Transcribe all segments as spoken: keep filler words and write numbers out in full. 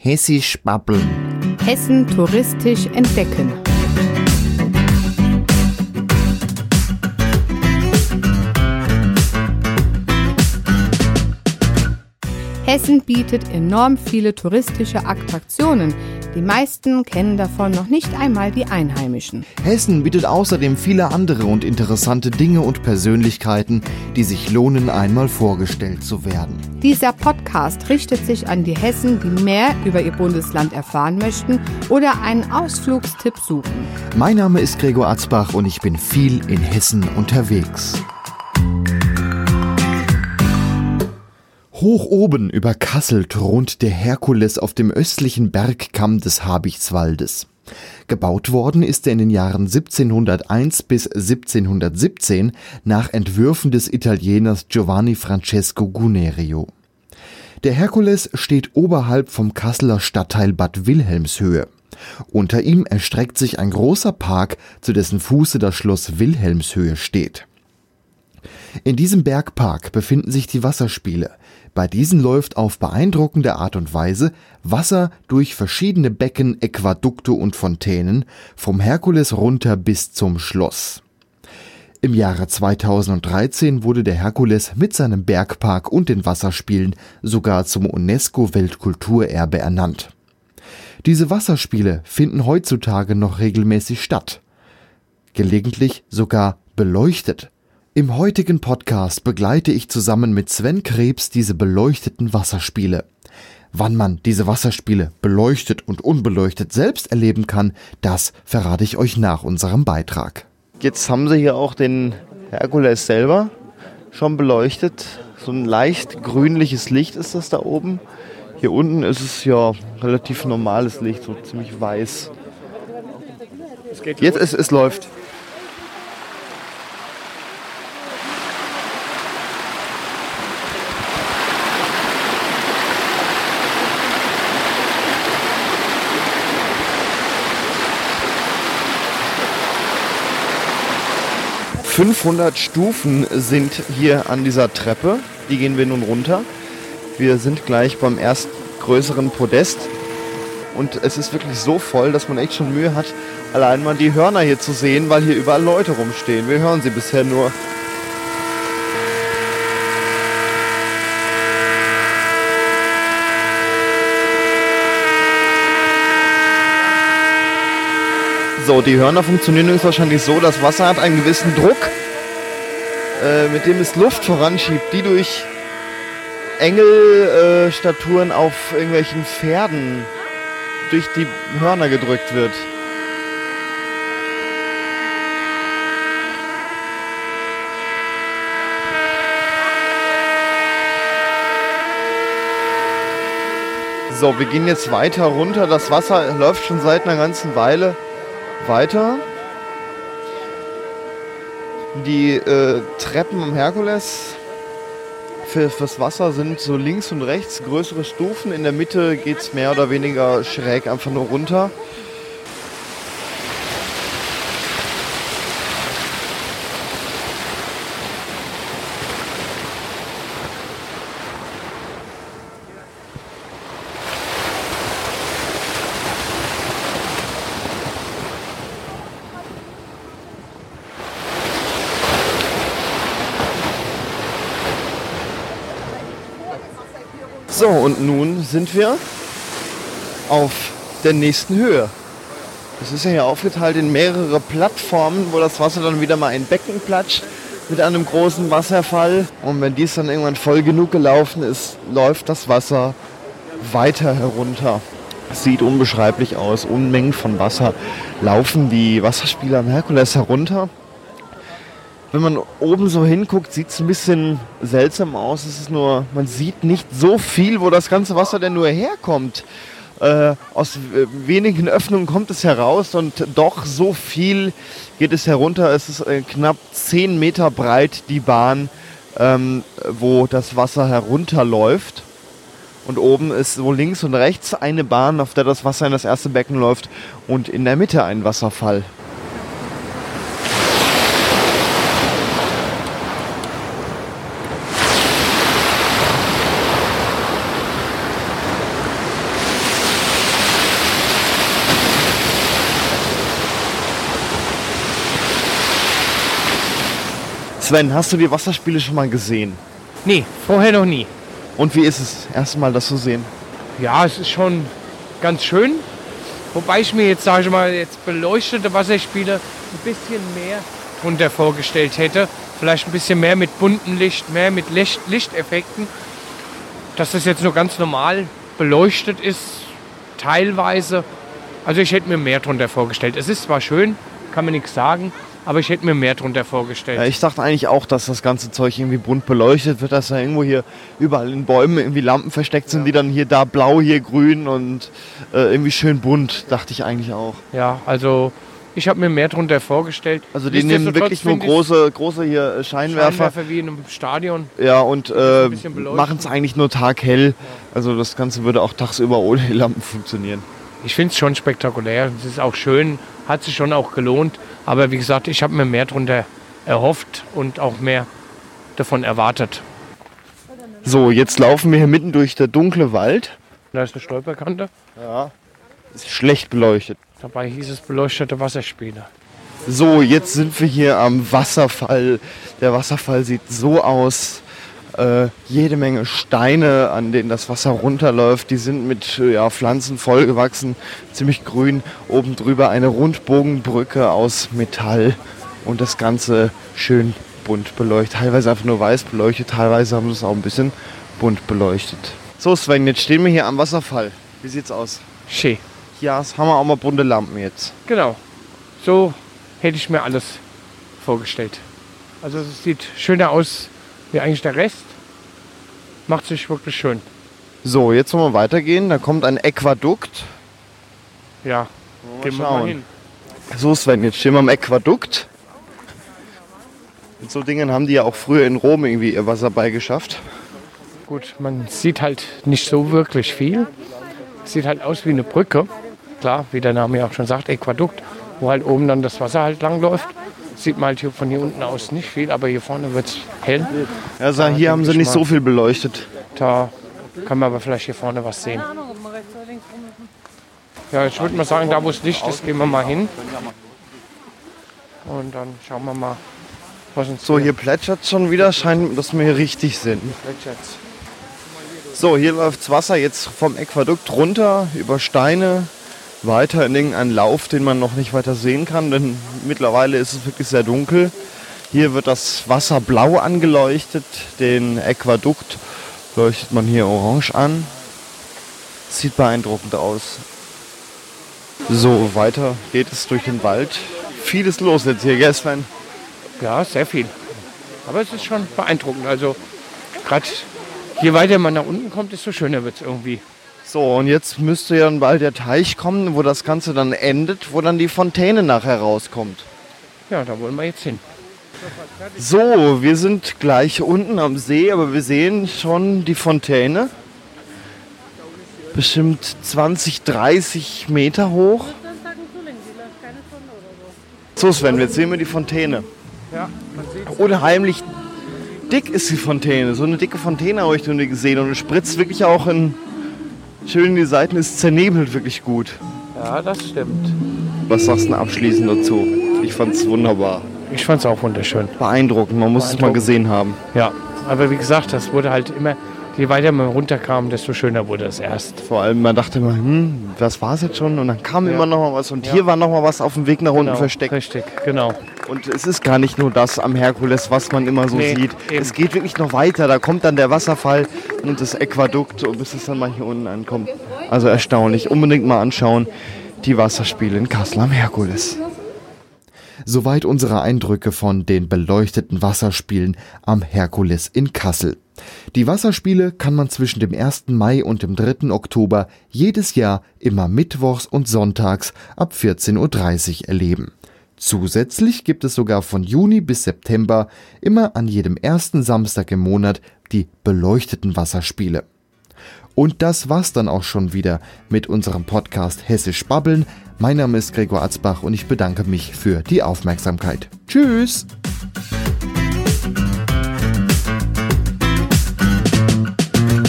Hessisch babbeln. Hessen touristisch entdecken. Hessen bietet enorm viele touristische Attraktionen. Die meisten kennen davon noch nicht einmal die Einheimischen. Hessen bietet außerdem viele andere und interessante Dinge und Persönlichkeiten, die sich lohnen, einmal vorgestellt zu werden. Dieser Podcast richtet sich an die Hessen, die mehr über ihr Bundesland erfahren möchten oder einen Ausflugstipp suchen. Mein Name ist Gregor Atzbach und ich bin viel in Hessen unterwegs. Hoch oben über Kassel thront der Herkules auf dem östlichen Bergkamm des Habichtswaldes. Gebaut worden ist er in den Jahren siebzehnhunderteins bis siebzehnhundertsiebzehn nach Entwürfen des Italieners Giovanni Francesco Gunerio. Der Herkules steht oberhalb vom Kasseler Stadtteil Bad Wilhelmshöhe. Unter ihm erstreckt sich ein großer Park, zu dessen Fuße das Schloss Wilhelmshöhe steht. In diesem Bergpark befinden sich die Wasserspiele. Bei diesen läuft auf beeindruckende Art und Weise Wasser durch verschiedene Becken, Aquädukte und Fontänen vom Herkules runter bis zum Schloss. Im Jahre zweitausenddreizehn wurde der Herkules mit seinem Bergpark und den Wasserspielen sogar zum UNESCO-Weltkulturerbe ernannt. Diese Wasserspiele finden heutzutage noch regelmäßig statt, gelegentlich sogar beleuchtet. Im heutigen Podcast begleite ich zusammen mit Sven Krebs diese beleuchteten Wasserspiele. Wann man diese Wasserspiele beleuchtet und unbeleuchtet selbst erleben kann, das verrate ich euch nach unserem Beitrag. Jetzt haben sie hier auch den Herkules selber schon beleuchtet. So ein leicht grünliches Licht ist das da oben. Hier unten ist es ja relativ normales Licht, so ziemlich weiß. Jetzt es, es läuft. fünfhundert Stufen sind hier an dieser Treppe. Die gehen wir nun runter. Wir sind gleich beim ersten größeren Podest. Und es ist wirklich so voll, dass man echt schon Mühe hat, allein mal die Hörner hier zu sehen, weil hier überall Leute rumstehen. Wir hören sie bisher nur. So, die Hörner funktionieren übrigens wahrscheinlich so, das Wasser hat einen gewissen Druck, äh, mit dem es Luft voranschiebt, die durch Engelstatuen äh, auf irgendwelchen Pferden durch die Hörner gedrückt wird. So, wir gehen jetzt weiter runter. Das Wasser läuft schon seit einer ganzen Weile weiter. Die äh, Treppen am Herkules für, fürs Wasser sind so links und rechts größere Stufen. In der Mitte geht es mehr oder weniger schräg einfach nur runter. So, und nun sind wir auf der nächsten Höhe. Es ist ja hier aufgeteilt in mehrere Plattformen, wo das Wasser dann wieder mal in Becken platscht mit einem großen Wasserfall. Und wenn dies dann irgendwann voll genug gelaufen ist, läuft das Wasser weiter herunter. Es sieht unbeschreiblich aus. Unmengen von Wasser laufen die Wasserspiele am Herkules herunter. Wenn man oben so hinguckt, sieht es ein bisschen seltsam aus. Es ist nur, man sieht nicht so viel, wo das ganze Wasser denn nur herkommt. Äh, aus äh, wenigen Öffnungen kommt es heraus und doch so viel geht es herunter. Es ist äh, knapp zehn Meter breit die Bahn, ähm, wo das Wasser herunterläuft. Und oben ist so links und rechts eine Bahn, auf der das Wasser in das erste Becken läuft und in der Mitte ein Wasserfall. Sven, hast du die Wasserspiele schon mal gesehen? Nee, vorher noch nie. Und wie ist es, erstmal das zu sehen? Ja, es ist schon ganz schön. Wobei ich mir jetzt, sage ich mal, jetzt beleuchtete Wasserspiele ein bisschen mehr drunter vorgestellt hätte. Vielleicht ein bisschen mehr mit buntem Licht, mehr mit Licht, Lichteffekten. Dass das jetzt nur ganz normal beleuchtet ist, teilweise. Also ich hätte mir mehr drunter vorgestellt. Es ist zwar schön, kann man nichts sagen, aber ich hätte mir mehr drunter vorgestellt. Ja, ich dachte eigentlich auch, dass das ganze Zeug irgendwie bunt beleuchtet wird, dass da irgendwo hier überall in Bäumen irgendwie Lampen versteckt sind, ja. die dann hier da blau, hier grün und äh, irgendwie schön bunt, dachte ich eigentlich auch. Ja, also ich habe mir mehr drunter vorgestellt. Also die nehmen wirklich nur große, große hier Scheinwerfer. Scheinwerfer wie in einem Stadion. Ja, und äh, machen es eigentlich nur taghell. Ja. Also das Ganze würde auch tagsüber ohne die Lampen funktionieren. Ich finde es schon spektakulär. Es ist auch schön, hat sich schon auch gelohnt. Aber wie gesagt, ich habe mir mehr darunter erhofft und auch mehr davon erwartet. So, jetzt laufen wir hier mitten durch der dunkle Wald. Da ist eine Stolperkante. Ja, ist schlecht beleuchtet. Dabei hieß es beleuchtete Wasserspiele. So, jetzt sind wir hier am Wasserfall. Der Wasserfall sieht so aus. Äh, jede Menge Steine, an denen das Wasser runterläuft. Die sind mit ja, Pflanzen vollgewachsen, ziemlich grün. Oben drüber eine Rundbogenbrücke aus Metall. Und das Ganze schön bunt beleuchtet. Teilweise einfach nur weiß beleuchtet, teilweise haben sie es auch ein bisschen bunt beleuchtet. So Sven, jetzt stehen wir hier am Wasserfall. Wie sieht's aus? Schön. Ja, das haben wir auch mal bunte Lampen jetzt. Genau. So hätte ich mir alles vorgestellt. Also es sieht schöner aus wie eigentlich der Rest. Macht sich wirklich schön. So, jetzt wollen wir weitergehen. Da kommt ein Aquädukt. Ja, gehen wir mal hin. So Sven, jetzt stehen wir am Aquädukt. Mit so Dingen haben die ja auch früher in Rom irgendwie ihr Wasser beigeschafft. Gut, man sieht halt nicht so wirklich viel. Sieht halt aus wie eine Brücke. Klar, wie der Name ja auch schon sagt, Aquädukt, wo halt oben dann das Wasser halt langläuft. Sieht man halt hier von hier unten aus nicht viel, aber hier vorne wird es hell. Also hier da haben sie nicht mal, so viel beleuchtet. Da kann man aber vielleicht hier vorne was sehen. Ja, ich würde mal sagen, da wo es Licht ist, gehen wir mal hin. Und dann schauen wir mal, was uns so, hier plätschert es schon wieder, scheint, dass wir hier richtig sind. Plätschert's. So, hier läuft das Wasser jetzt vom Aquädukt runter, über Steine, weiter in irgendeinen Lauf, den man noch nicht weiter sehen kann, denn mittlerweile ist es wirklich sehr dunkel. Hier wird das Wasser blau angeleuchtet, den Aquädukt leuchtet man hier orange an. Sieht beeindruckend aus. So, weiter geht es durch den Wald. Vieles los jetzt hier, gell Sven? Ja, sehr viel. Aber es ist schon beeindruckend. Also gerade je weiter man nach unten kommt, desto schöner wird es irgendwie. So, und jetzt müsste ja bald der Teich kommen, wo das Ganze dann endet, wo dann die Fontäne nachher rauskommt. Ja, da wollen wir jetzt hin. So, wir sind gleich unten am See, aber wir sehen schon die Fontäne. Bestimmt zwanzig, dreißig Meter hoch. So Sven, jetzt sehen wir die Fontäne. Ja, man sieht's. Unheimlich dick ist die Fontäne. So eine dicke Fontäne habe ich noch nie gesehen. Und es spritzt wirklich auch in schön in die Seiten, ist zernebelt wirklich gut. Ja, das stimmt. Was sagst du abschließend dazu? Ich fand es wunderbar. Ich fand es auch wunderschön. Beeindruckend, man muss es mal gesehen haben. Ja, aber wie gesagt, das wurde halt immer, je weiter man runterkam, desto schöner wurde es erst. Vor allem, man dachte immer, hm, was war es jetzt schon? Und dann kam ja. immer noch mal was und ja. hier war noch mal was auf dem Weg nach unten genau, versteckt. Richtig, genau. Und es ist gar nicht nur das am Herkules, was man immer so nee, sieht. Eben. Es geht wirklich noch weiter. Da kommt dann der Wasserfall und das Aquädukt, bis es dann mal hier unten ankommt. Also erstaunlich. Unbedingt mal anschauen. Die Wasserspiele in Kassel am Herkules. Soweit unsere Eindrücke von den beleuchteten Wasserspielen am Herkules in Kassel. Die Wasserspiele kann man zwischen dem ersten Mai und dem dritten Oktober jedes Jahr immer mittwochs und sonntags ab vierzehn Uhr dreißig erleben. Zusätzlich gibt es sogar von Juni bis September immer an jedem ersten Samstag im Monat die beleuchteten Wasserspiele. Und das war's dann auch schon wieder mit unserem Podcast Hessisch Babbeln. Mein Name ist Gregor Atzbach und ich bedanke mich für die Aufmerksamkeit. Tschüss!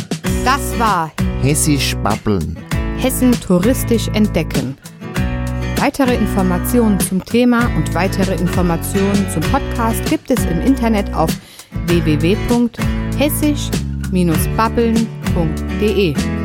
Das war Hessisch Babbeln. Hessen touristisch entdecken. Weitere Informationen zum Thema und weitere Informationen zum Podcast gibt es im Internet auf w w w punkt hessisch Bindestrich babbeln punkt de.